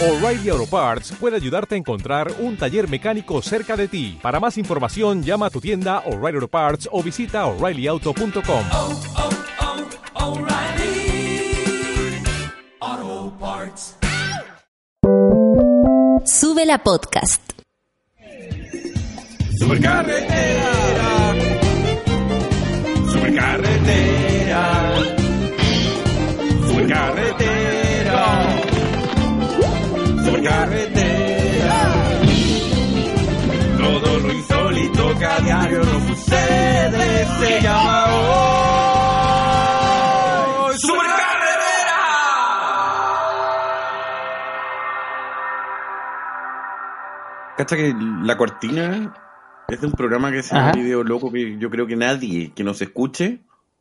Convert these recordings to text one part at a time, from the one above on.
O'Reilly Auto Parts puede ayudarte a encontrar un taller mecánico cerca de ti. Para más información, llama a tu tienda O'Reilly Auto Parts o visita O'ReillyAuto.com. O'Reilly Auto Parts. Sube la podcast. Supercarretera, supercarretera, supercarretera, supercarretera. Todo lo insólito que a diario nos sucede se llama hoy Supercarretera. Cacha que la cortina es de un programa que se llama Video Loco, que yo creo que nadie que nos escuche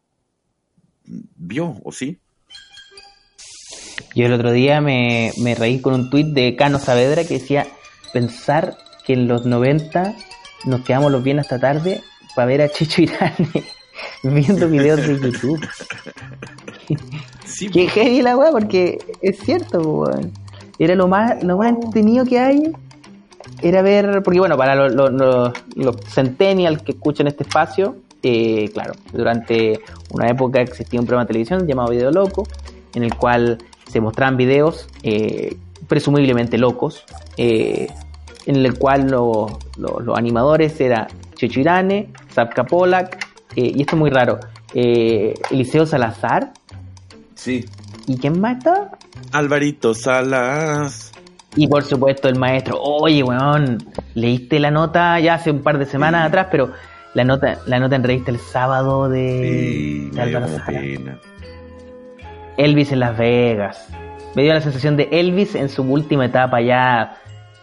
vio, ¿o sí? Yo el otro día me reí con un tuit de Cano Saavedra que decía: pensar que en los 90 nos quedamos los viernes hasta tarde para ver a Checho Irane viendo videos de YouTube. Sí, Qué heavy la weá, porque es cierto, weón. Era lo más entretenido que hay. Era ver, porque bueno, para los centennials que escuchan este espacio, claro, durante una época existía un programa de televisión llamado Video Loco, en el cual se mostraban videos presumiblemente locos, en el cual los animadores eran Checho Irane, Zabka Polak, y esto es muy raro, Eliseo Salazar. Sí. ¿Y quién más estaba? Alvarito Salas. Y por supuesto el maestro. Oye, weón, leíste la nota ya hace un par de semanas atrás, pero la nota en revista el sábado de Álvaro Sala. Elvis en Las Vegas. Me dio la sensación de Elvis en su última etapa ya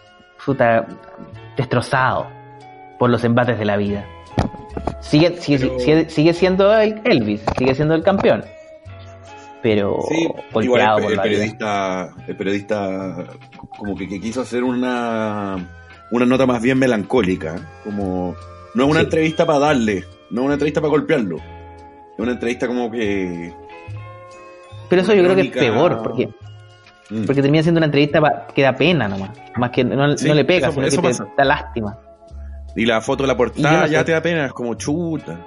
destrozado por los embates de la vida. Sigue siendo Elvis, sigue siendo el campeón. Pero sí, golpeado igual por el periodista como que quiso hacer una nota más bien melancólica, como no es una entrevista para darle, no es una entrevista para golpearlo, es una entrevista como que... Pero eso yo creo que es peor, porque termina siendo una entrevista que da pena nomás, más que no le pega, sino que te da lástima. Y la foto de la portada ya te da pena, es como chuta.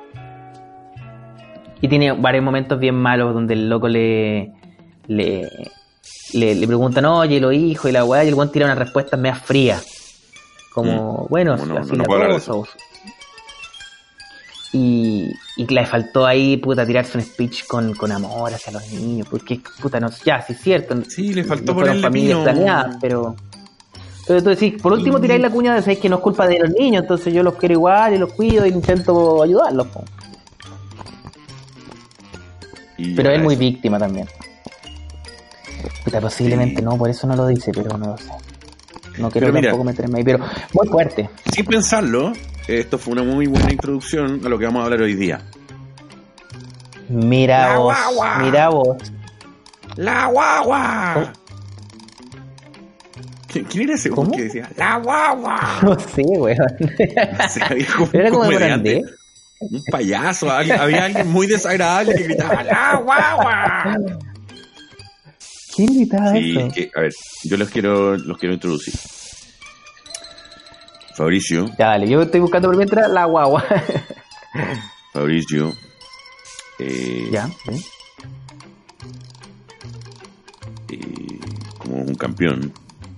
Y tiene varios momentos bien malos donde el loco le preguntan, oye, los hijos y la weá, y el weón tira unas respuestas medio frías. Como, bueno, así la cosa. Y le faltó ahí, tirarse un speech con amor hacia los niños. Porque, no, ya, sí es cierto. Sí, le faltó no fueron familias planeadas, pero tú decís, por último tiráis la cuña de sabéis que no es culpa de los niños, entonces yo los quiero igual y los cuido y intento ayudarlos, po. Pero él es muy víctima también. Posiblemente no, por eso no lo dice, pero no lo sé. No quiero tampoco meterme ahí, pero muy fuerte. Sin pensarlo, esto fue una muy buena introducción a lo que vamos a hablar hoy día. Mira vos. ¡La guagua! ¿Quién era ese que decía? ¡La guagua! No sé, weón. Era como grande. Un payaso, había alguien muy desagradable que gritaba ¡la guagua! ¿Quién gritaba eso? A ver, yo los quiero introducir. Fabricio. Ya, dale, yo estoy buscando por mientras la guagua. Fabricio. Ya, como un campeón.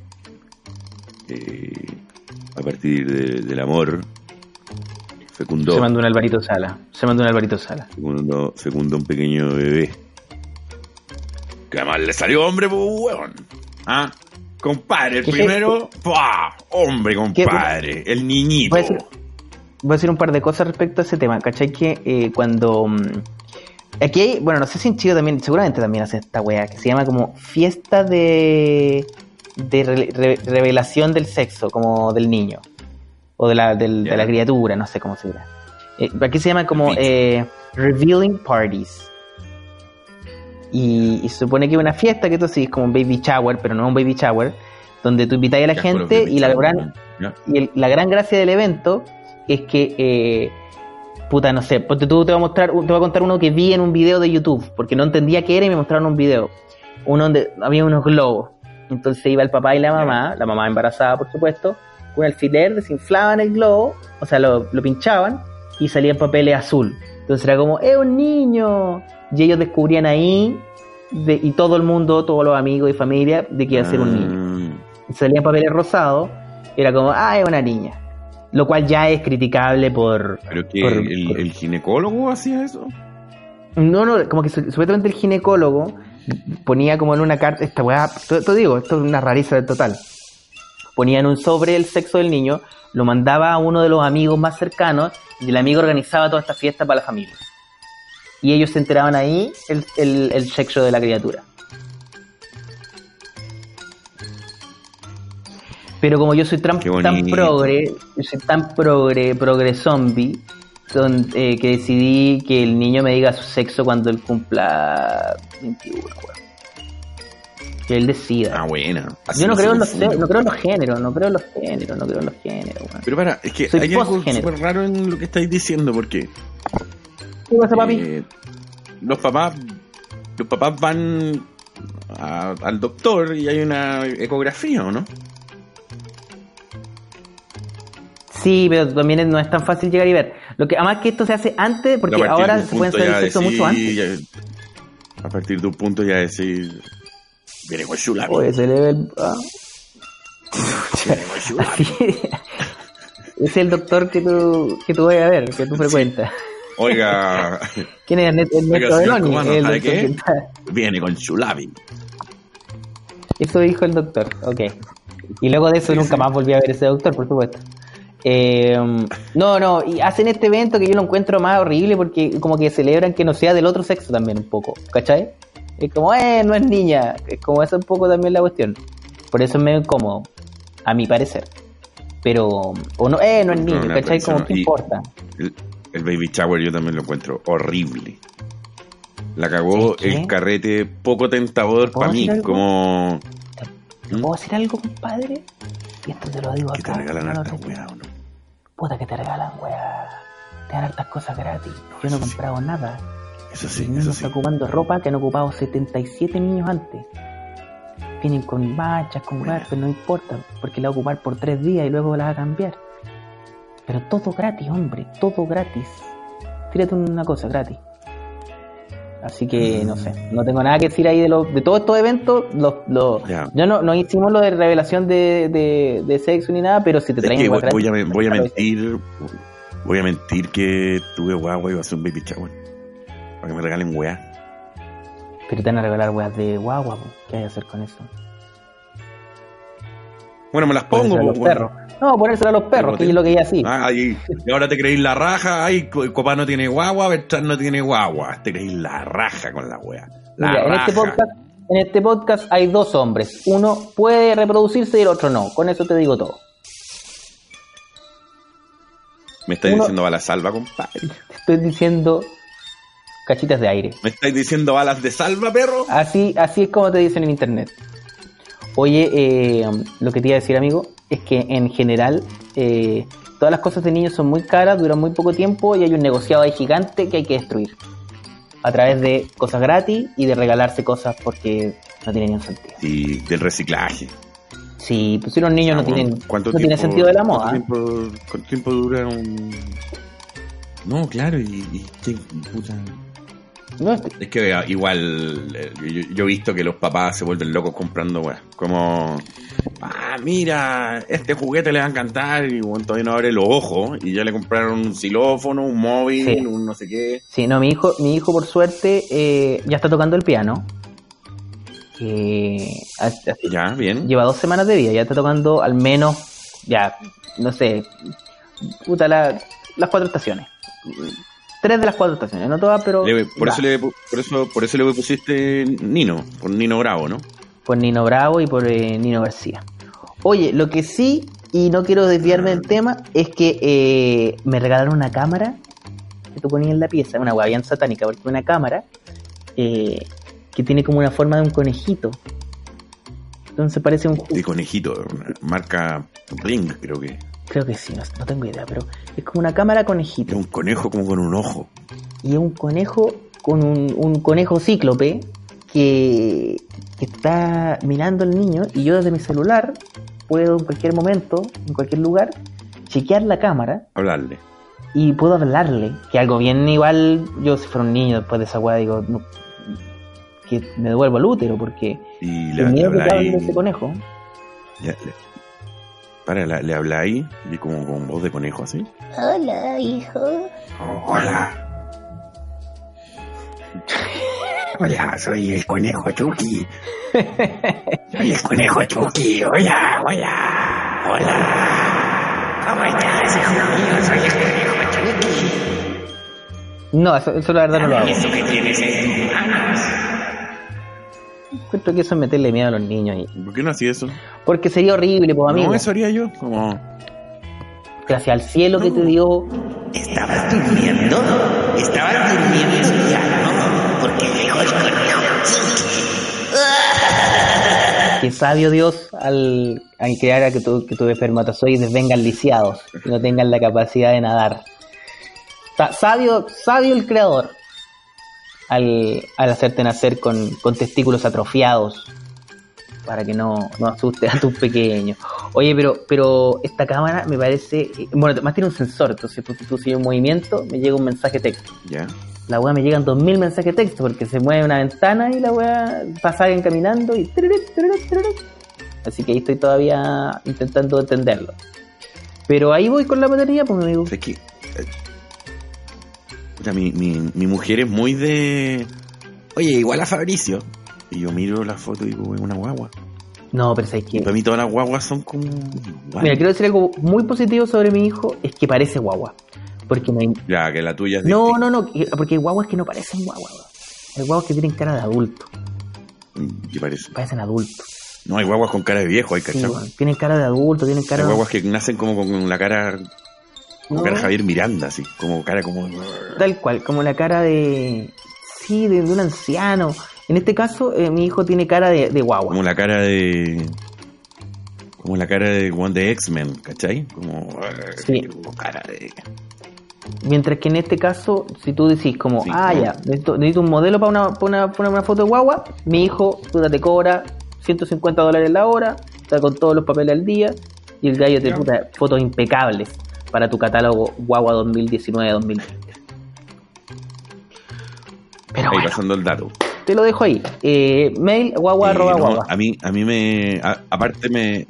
A partir del amor. Fecundó. Se mandó un Alvarito Sala. Fecundó un pequeño bebé. Que además le salió hombre, pues, huevón. ¿Ah? Compadre, el primero. ¡Pah! Hombre, compadre. El niñito. Voy a decir un par de cosas respecto a ese tema. ¿Cachai? Que cuando. Aquí hay. Bueno, no sé si en Chile también. Seguramente también hace esta wea. Que se llama como fiesta de revelación del sexo. Como del niño. O de la criatura, no sé cómo se dirá. Aquí se llama como revealing parties. Y se supone que es una fiesta que tú sí es como un baby shower, pero no un baby shower, donde tú invitas a la gente y la gran gracia del evento es que no sé, porque tú te voy a contar uno que vi en un video de YouTube, porque no entendía qué era y me mostraron un video. Uno donde había unos globos Entonces iba el papá y la mamá embarazada por supuesto, con un alfiler, desinflaban el globo, o sea, lo pinchaban y salían papeles azul. Entonces era como, ¡es un niño! Y ellos descubrían ahí, y todo el mundo, todos los amigos y familia, de que iba a ser un niño. Y salían papeles rosados, era como, es una niña. Lo cual ya es criticable por... ¿Pero que el ginecólogo hacía eso? No, como que supuestamente el ginecólogo ponía como en una carta, esta weá, esto es una rareza total. Ponía en un sobre el sexo del niño, lo mandaba a uno de los amigos más cercanos y el amigo organizaba toda esta fiesta para la familia. Y ellos se enteraban ahí el sexo de la criatura. Pero como yo soy tan progre zombie, que decidí que el niño me diga su sexo cuando él cumpla 21, weón. Que él decida. Buena. Yo no creo en los géneros, weón. Pero es que hay algo súper raro en lo que estáis diciendo, porque ¿qué pasa, papi? Los papás van al doctor y hay una ecografía, ¿o no? Sí, pero también no es tan fácil llegar y ver. Lo que además que esto se hace antes, porque ahora se pueden saber el sexo mucho antes. A partir de un punto ya decir, viene con Shula. Pues se le ve el... Es el doctor que tú vas a ver, que tú frecuentas. Oiga. ¿Quién es Ernesto Beloni? ¿Sabe qué? Viene con Chulabi. Eso dijo el doctor, ok. Y luego de eso nunca más volví a ver ese doctor, por supuesto. No, y hacen este evento que yo lo encuentro más horrible porque como que celebran que no sea del otro sexo también un poco, ¿cachai? Es como, no es niña, es como eso un poco también la cuestión. Por eso es medio incómodo, a mi parecer. Pero, o no es niño, ¿cachai? Como que importa. El baby shower yo también lo encuentro horrible. La cagó el carrete poco tentador para mí, como... ¿Te puedo decir algo, compadre? Y esto te lo digo acá. Que te regalan hartas weas, ¿o no? Puta que te regalan weas. Te dan hartas cosas gratis. Yo no he comprado nada. Eso sí, eso sí. Está ocupando ropa que han ocupado 77 niños antes. Vienen con manchas, con weas, pero no importa, porque la va a ocupar por 3 días y luego la va a cambiar. Pero todo gratis, hombre, todo gratis. Tírate una cosa gratis. Así que no sé, no tengo nada que decir ahí de todos estos eventos. Ya no hicimos lo de revelación de sexo ni nada, pero si te traen voy a mentir que tuve guagua y iba a hacer un baby shower para que me regalen weas. Pero te van a regalar weas de guagua, ¿qué hay que hacer con eso? Bueno, me las pongo, los perros. No, ponérselo a los perros, que es lo que ella sí. Y ahora te creéis la raja. Ay, Copá no tiene guagua, Bertrand no tiene guagua. Te creéis la raja con la wea. Mira, en este podcast hay 2 hombres. Uno puede reproducirse y el otro no. Con eso te digo todo. ¿Me estáis diciendo balas salva, compadre? Te estoy diciendo cachitas de aire. ¿Me estáis diciendo balas de salva, perro? Así es como te dicen en internet. Oye, lo que te iba a decir, amigo, es que en general todas las cosas de niños son muy caras, duran muy poco tiempo y hay un negociado ahí gigante que hay que destruir a través de cosas gratis y de regalarse cosas porque no tienen ningún sentido. Y del reciclaje. Sí, pues si los niños no tienen sentido de la moda. ¿Cuánto tiempo dura un...? No, claro, y qué puta... No, es que igual yo he visto que los papás se vuelven locos comprando weas. Como, mira, este juguete le va a encantar y bueno, todavía no abre los ojos y ya le compraron un xilófono, un móvil, un no sé qué. Sí, no, mi hijo por suerte ya está tocando el piano. Ya, bien. Lleva 2 semanas de vida, ya está tocando al menos, ya, no sé, las 4 estaciones. 3 de las 4 estaciones, no todas, pero... Por eso le pusiste Nino, por Nino Bravo, ¿no? Por Nino Bravo y por Nino García. Oye, lo que sí, y no quiero desviarme del tema, es que me regalaron una cámara que tú ponías en la pieza, una hueá bien satánica, porque una cámara que tiene como una forma de un conejito. Entonces parece un... De conejito, marca Ring, creo que... Creo que sí, no tengo idea, pero es como una cámara conejito. Es un conejo como con un ojo. Y es un conejo con un conejo cíclope que está mirando al niño y yo desde mi celular puedo en cualquier momento, en cualquier lugar, chequear la cámara Hablarle. y puedo hablarle, que algo bien igual, yo si fuera un niño después de esa weá digo, no, que me devuelvo al útero porque Y el miedo que te hable de habláis. ese conejo. Le habláis y como con voz de conejo así. Hola, hijo. Hola. Hola, soy el conejo Chucky. Soy el conejo Chucky. Hola. ¿Cómo estás, hijo mío? Soy el conejo Chucky. No, eso la verdad no lo hago. Eso que tienes en tus manos. Encuentro que eso es meterle miedo a los niños ahí. ¿Por qué no hacía eso? Porque sería horrible, pues amigo. No, eso haría yo. Como... Gracias al cielo que te dio. ¿Estabas durmiendo ya, ¿no? Porque llegó el conejo. Que sabio Dios al crear a que tus espermatozoides vengan lisiados y no tengan la capacidad de nadar. Sabio el creador al hacerte nacer con testículos atrofiados para que no asustes a tus pequeños. Oye, pero esta cámara me parece... Bueno, además tiene un sensor, entonces tú sigues un movimiento, me llega un mensaje texto. Ya. La weá me llegan 2000 mensajes de texto porque se mueve una ventana y la weá pasa alguien caminando y... Así que ahí estoy todavía intentando entenderlo. Pero ahí voy con la batería, pues, mi amigo. Es que... mi mujer es muy de... Oye, igual a Fabricio. Y yo miro la foto y digo, es una guagua. No, pero ¿sabes Y qué? para mí todas las guaguas son como... igual. Mira, quiero decir algo muy positivo sobre mi hijo, es que parece guagua. Porque no hay... Ya, que la tuya es No, distinta. porque hay guaguas que no parecen guagua. Hay guaguas que tienen cara de adulto, ¿Qué parece? parecen adultos. No, hay guaguas con cara de viejo, hay Sí, cachado. weón, tienen cara de adulto, tienen cara Hay guaguas que nacen como con la cara... Como No. cara Javier Miranda, así. Como cara como... tal cual, como la cara de... Sí, de un anciano. En este caso, mi hijo tiene cara de guagua. Como la cara de... Como la cara de One de X-Men, ¿cachai? Como... Sí. Como cara de... Mientras que en este caso, si tú decís como, Sí, ah, no. ya, necesito un modelo para una foto de guagua, mi hijo, puta, te cobra $150 la hora, está con todos los papeles al día, y el gallo te Ya. puta fotos impecables para tu catálogo guagua 2019-2020. Pero Ahí bueno, pasando el dato. te lo dejo ahí. Mail guagua arroba No, guagua. a mí me... aparte me...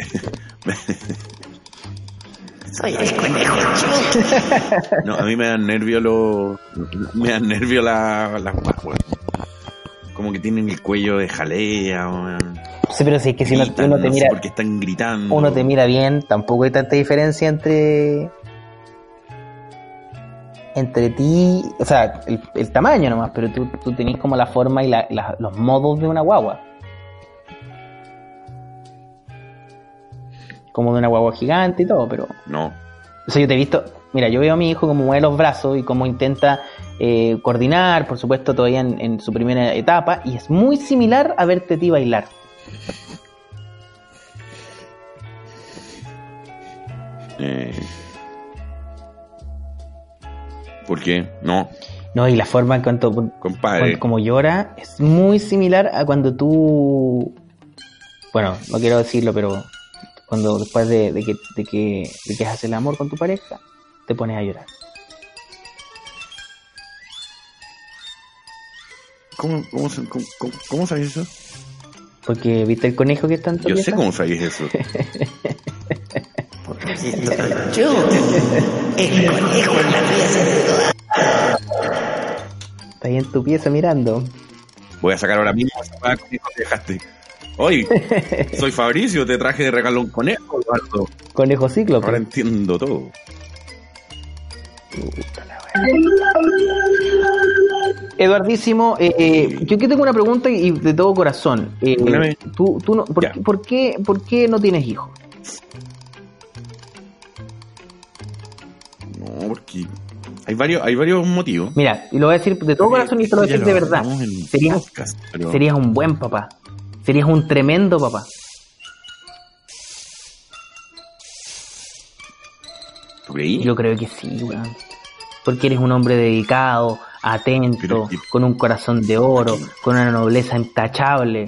Soy el conejo Chucky. No, a mí me dan nervio las guaguas. Como que tienen el cuello de jalea, weón. Sí, pero si es que si uno Gritan, te no sé mira, por qué están gritando. uno te mira bien, tampoco hay tanta diferencia entre ti, o sea, el tamaño nomás, pero tú tenés como la forma y los modos de una guagua. Como de una guagua gigante y todo, pero... No. O sea, yo te he visto... Mira, yo veo a mi hijo como mueve los brazos y cómo intenta coordinar, por supuesto, todavía en su primera etapa, y es muy similar a verte a ti bailar. ¿Por qué? No, No, y la forma en cuanto... compadre. Como llora, es muy similar a cuando tú... Bueno, no quiero decirlo, pero cuando después de que haces el amor con tu pareja, te pones a llorar. ¿Cómo sabes eso? Porque viste el conejo que está en tu Yo pieza? sé cómo sabes eso. Porque soy yo. El conejo en la pieza. Está ahí en tu pieza mirando. Voy a sacar ahora mismo esa hueá que dejaste. Oye, soy Fabricio, te traje de regalo un conejo, Eduardo. Conejo cíclope. Ahora entiendo todo. Eduardísimo, yo aquí tengo una pregunta y de todo corazón. Dígame. Tú no, Ya. ¿por qué no tienes hijos? No, porque hay varios motivos. Mira, y lo voy a decir de todo corazón y te lo voy a Ya decir de verdad. hablamos en el Serías, podcast, pero- serías un buen papá. Serías un tremendo papá. ¿Tú creí? Yo creo que sí, weón. Porque eres un hombre dedicado, atento, Pero, con un corazón de oro, con una nobleza intachable,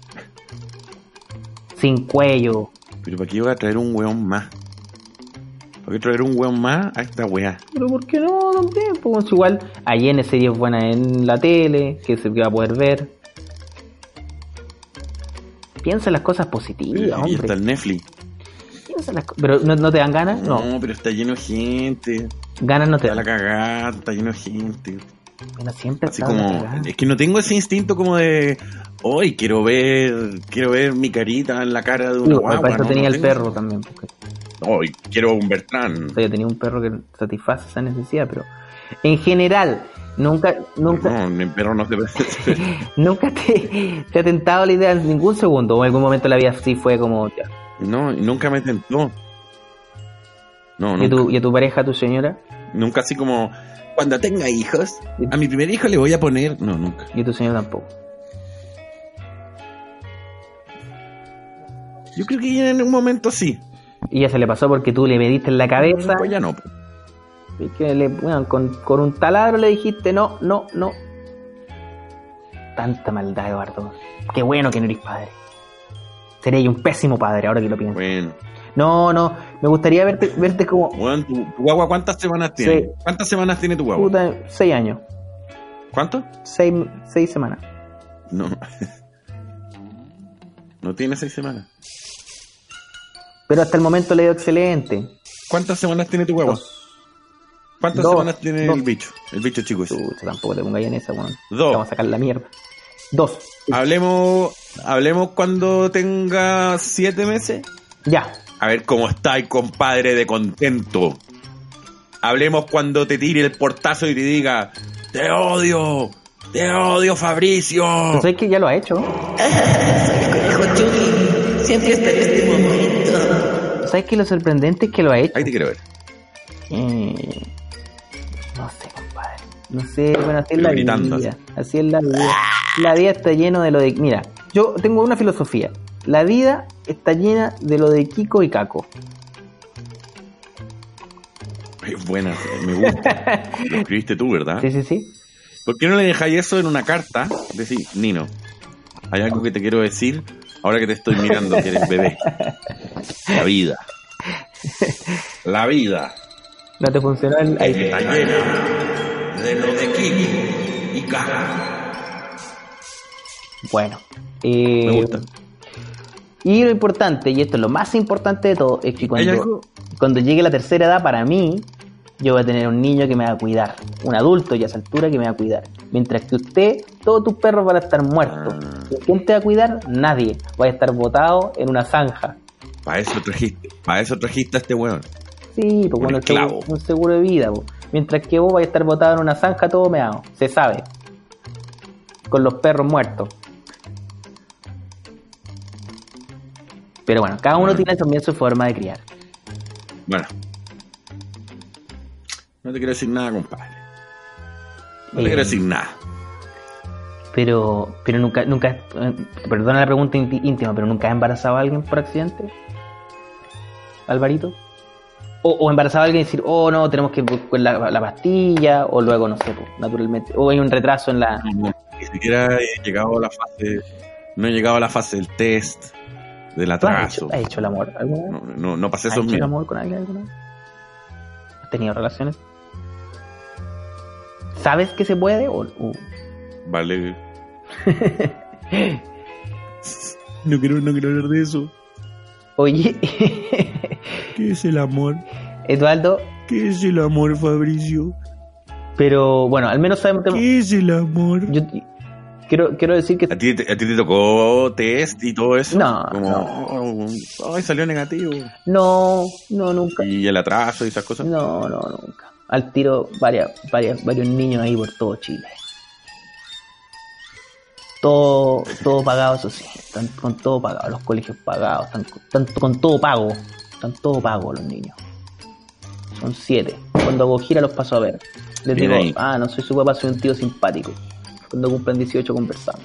sin cuello. Pero ¿para qué iba a traer un weón más? ¿Para qué traer un weón más a esta weá? Pero ¿por qué no también? Pues igual hay N series buenas en la tele que se va a poder ver. Piensa en las cosas positivas, Y hombre. está el Netflix. Piensa en las pero ¿no te dan ganas? No, No. pero está lleno de gente. Ganas no te Está la dan. cagada, está lleno de gente. Bueno, siempre Así está la como, cagada. es que no tengo ese instinto como de, hoy quiero ver mi carita en la cara de una Digo, guagua. para eso no, tenía no el tengo. perro también, porque Hoy quiero un Bertrand. o sea, yo tenía un perro que satisface esa necesidad, pero en general nunca No, mi perro no te nunca te ha tentado la idea en ningún segundo, o en algún momento de la vida así fue como ya. No, nunca me tentó. No, ¿Y, nunca. y a tu pareja, a tu señora? Nunca así como, cuando tenga hijos, a mi primer hijo le voy a poner. No, nunca. Y a tu señora tampoco. Yo creo que en un momento sí. Y ya se le pasó porque tú le mediste en la cabeza. Pues ya no. Y que bueno, con un taladro le dijiste no. Tanta maldad, Eduardo. Qué bueno que no eres padre. Sería un pésimo padre, ahora que lo pienso. Bueno. No, me gustaría verte como Bueno, tu guagua, ¿cuántas semanas tiene? Sí. ¿Cuántas semanas tiene tu guagua? puta 6 años. ¿Cuánto? 6 semanas. No. No tiene 6 semanas. Pero hasta el momento le dio excelente. ¿Cuántas semanas tiene tu guagua? ¿Cuántas Dos. semanas tiene Dos. el bicho? El bicho chico ese. Chucha, tampoco te pongas en esa, weón. Dos. Vamos a sacar la mierda. 2. Hablemos cuando tenga 7 meses. Ya. A ver cómo está el compadre de contento. Hablemos cuando te tire el portazo y te diga, te odio, Fabricio. ¿Tú sabes que ya lo ha hecho? Conejo Chucky, siempre esperé este momento. ¿Sabes que lo sorprendente es que lo ha hecho? Ahí te quiero ver. No sé, compadre. No sé, bueno, así es la Gritando, vida. Así es la vida. La vida está lleno de lo de... Mira, yo tengo una filosofía. La vida está llena de lo de Kiko y Caco. Es buena, me gusta. Lo escribiste tú, ¿verdad? Sí. ¿Por qué no le dejáis eso en una carta? Decir, Nino, hay algo que te quiero decir ahora que te estoy mirando, que eres bebé. La vida. La vida. ¿No te funcionó el...? Ahí Está llena de lo de Kiko y Caco. Bueno. Me gusta. Y lo importante, y esto es lo más importante de todo, es que ¿Hay algo? cuando llegue la tercera edad, para mí, yo voy a tener un niño que me va a cuidar. Un adulto ya a esa altura que me va a cuidar. Mientras que usted, todos tus perros van a estar muertos. ¿Y quién te va a cuidar? Nadie. Va a estar botado en una zanja. Para eso trajiste a este weón. Sí, pues bueno, esclavo. un seguro de vida. Pues. Mientras que vos vais a estar botado en una zanja todo meado. Se sabe. Con los perros muertos. Pero bueno, cada uno tiene también su forma de criar. Bueno. No te quiero decir nada, compadre. No te quiero decir nada. Pero nunca, perdona la pregunta íntima, pero nunca has embarazado a alguien por accidente, Alvarito, o embarazado a alguien y decir, oh no, tenemos que buscar la pastilla, o luego no sé, pues, naturalmente, o hay un retraso en la... No, ni siquiera he llegado a la fase, no he llegado a la fase del test, del ¿Tú atraso. has hecho el amor alguna vez? No pasé ¿Has esos hecho el míos. amor con alguien alguna vez? ¿Has tenido relaciones? ¿Sabes que se puede o... Vale. No quiero hablar de eso. Oye, ¿Qué es el amor? Eduardo, ¿Qué es el amor, Fabricio? pero bueno, al menos sabemos... ¿Qué es el amor? Yo quiero decir que... ¿A ti te tocó test y todo eso? No, Como, ay, salió negativo. No, nunca. Y el atraso y esas cosas. No, nunca. Al tiro varios niños ahí por todo Chile. Todo pagado, eso sí. Están con todo pagado, los colegios pagados, están con todo pago. Están todo pago los niños. Son 7. Cuando hago gira los paso a ver. Les Bien digo, ahí. no soy su papá, soy un tío simpático. Cuando cumplen 18 conversamos.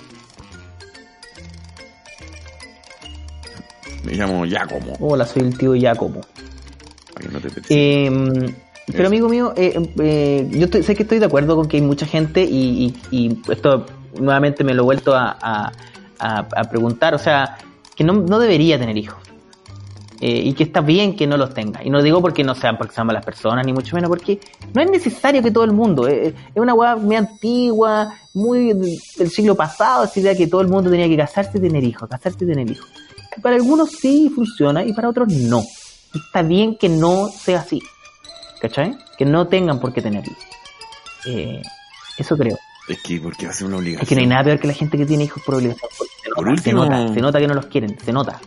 Me llamo Giacomo. Hola, soy el tío Jacobo. Para que no te persiga. Pero amigo mío, sé que estoy de acuerdo con que hay mucha gente y esto nuevamente me lo he vuelto a preguntar, o sea, que no debería tener hijos. Y que está bien que no los tenga. Y no digo porque sean malas personas, ni mucho menos, porque no es necesario que todo el mundo. Es una hueá muy antigua, muy del siglo pasado, esa idea que todo el mundo tenía que casarse y tener hijos. Y para algunos sí funciona y para otros no. Y está bien que no sea así. ¿Cachai? Que no tengan por qué tener hijos. Eso creo. Es que porque va a ser una obligación. Es que no hay nada peor que la gente que tiene hijos por obligación. Se nota que no los quieren, se nota.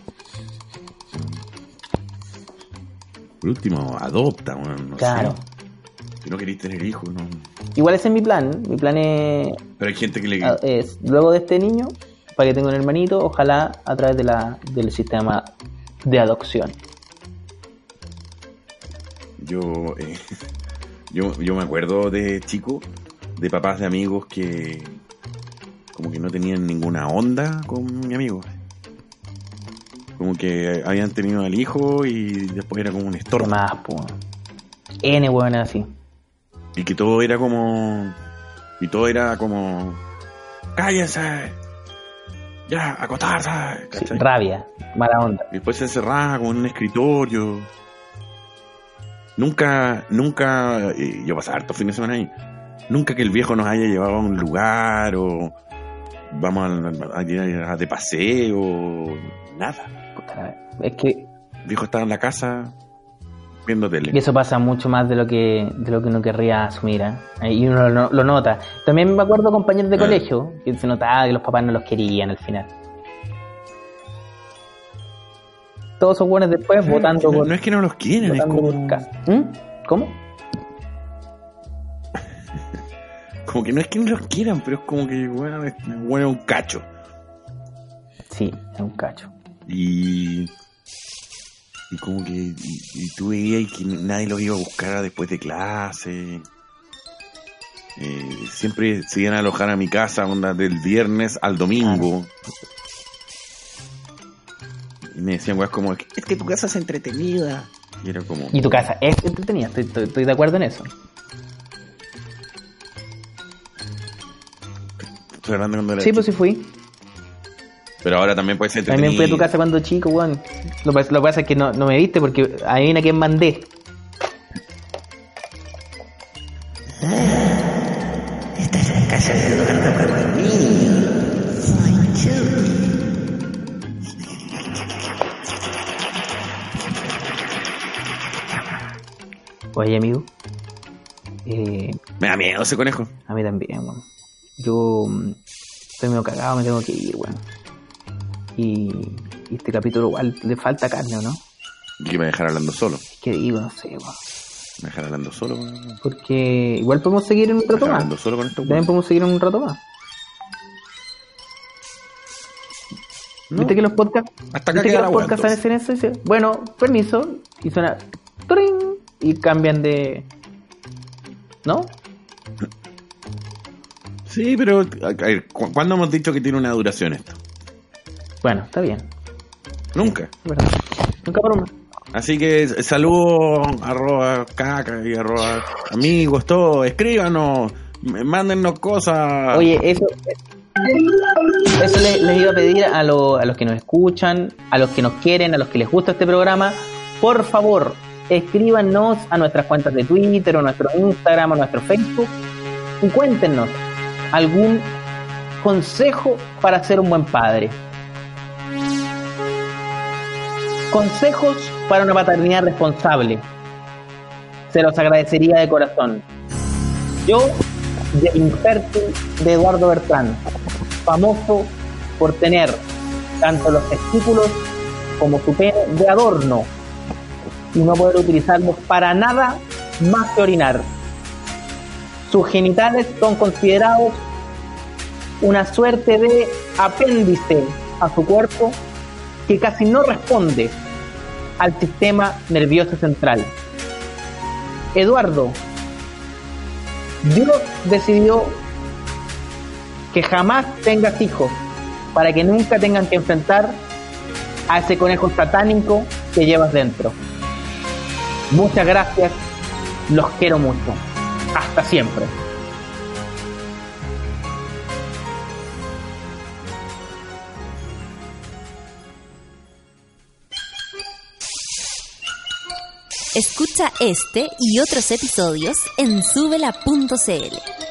Por último, adopta, no claro. Sé. Si no queréis tener hijos, no. Igual ese es mi plan. Mi plan es. Pero hay gente que es luego de este niño, para que tenga un hermanito, ojalá a través del sistema de adopción. Yo me acuerdo de chico, de papás de amigos que como que no tenían ninguna onda con mi amigo. Como que habían tenido al hijo y después era como un estorbo. Más, pues. N, weón, así. Y que todo era como... ¡Cállense! ¡Ya, acostarse! Sí, rabia, mala onda. Y después se encerraba como en un escritorio. Nunca... yo pasaba hartos fines de semana ahí. Nunca que el viejo nos haya llevado a un lugar o... Vamos a ir de paseo... Nada. Es que el viejo estaba en la casa viendo tele. Y eso pasa mucho más de lo que uno querría asumir, ¿eh? Y uno lo nota. También me acuerdo de compañeros de colegio que se notaba que los papás no los querían al final. Todos esos buenos después votando por... No es que no los quieren, es como... ¿Cómo? Como que no es que no los quieran, pero es como que, bueno, es un cacho. Sí, es un cacho. Y como que y tú veías que nadie los iba a buscar después de clase. Siempre se iban a alojar a mi casa onda del viernes al domingo. Y me decían, weas, como, es que tu casa es entretenida. Y era como... Y tu casa es entretenida, estoy de acuerdo en eso. Estoy hablando cuando era chico. Pues sí fui. Pero ahora también puede ser entretenido. También fui a tu casa cuando chico, weón. Lo que pasa es que no me viste porque adivina quién mandé. Esta es la casa de Eduardo Cornelio. Soy yo. Oye, amigo. Me da miedo ese conejo. A mí también, weón. Yo estoy medio cagado, me tengo que ir, weón. Y este capítulo igual le falta carne, ¿o no? ¿Y qué me dejar hablando solo? ¿Qué digo? No sé, weón. ¿Me dejar hablando solo? Weón? Porque igual podemos seguir en un rato más. Hablando solo con esto, también podemos seguir en un rato más. ¿No? ¿Viste que los podcasts... Hasta acá queda la weón, hacen eso? Dice, bueno, permiso. Y suena... ¡Tring! Y cambian de... ¿No? Sí, pero a ver, ¿cuándo hemos dicho que tiene una duración esto? Bueno, está bien. Nunca. ¿Verdad? Nunca por uno. Así que saludos, @caca y @amigos, todo. Escríbanos, mándennos cosas. Oye, eso les iba a pedir a los que nos escuchan, a los que nos quieren, a los que les gusta este programa. Por favor, escríbanos a nuestras cuentas de Twitter, o a nuestro Instagram, o a nuestro Facebook, y cuéntenos algún consejo para ser un buen padre. Consejos para una paternidad responsable. Se los agradecería de corazón. Yo, de infértil de Eduardo Bertrán, famoso por tener tanto los testículos como su pene de adorno y no poder utilizarlos para nada más que orinar. Sus genitales son considerados una suerte de apéndice a su cuerpo que casi no responde al sistema nervioso central. Eduardo, Dios decidió que jamás tengas hijos para que nunca tengan que enfrentar a ese conejo satánico que llevas dentro. Muchas gracias Los quiero mucho. Hasta siempre. Escucha este y otros episodios en subela.cl.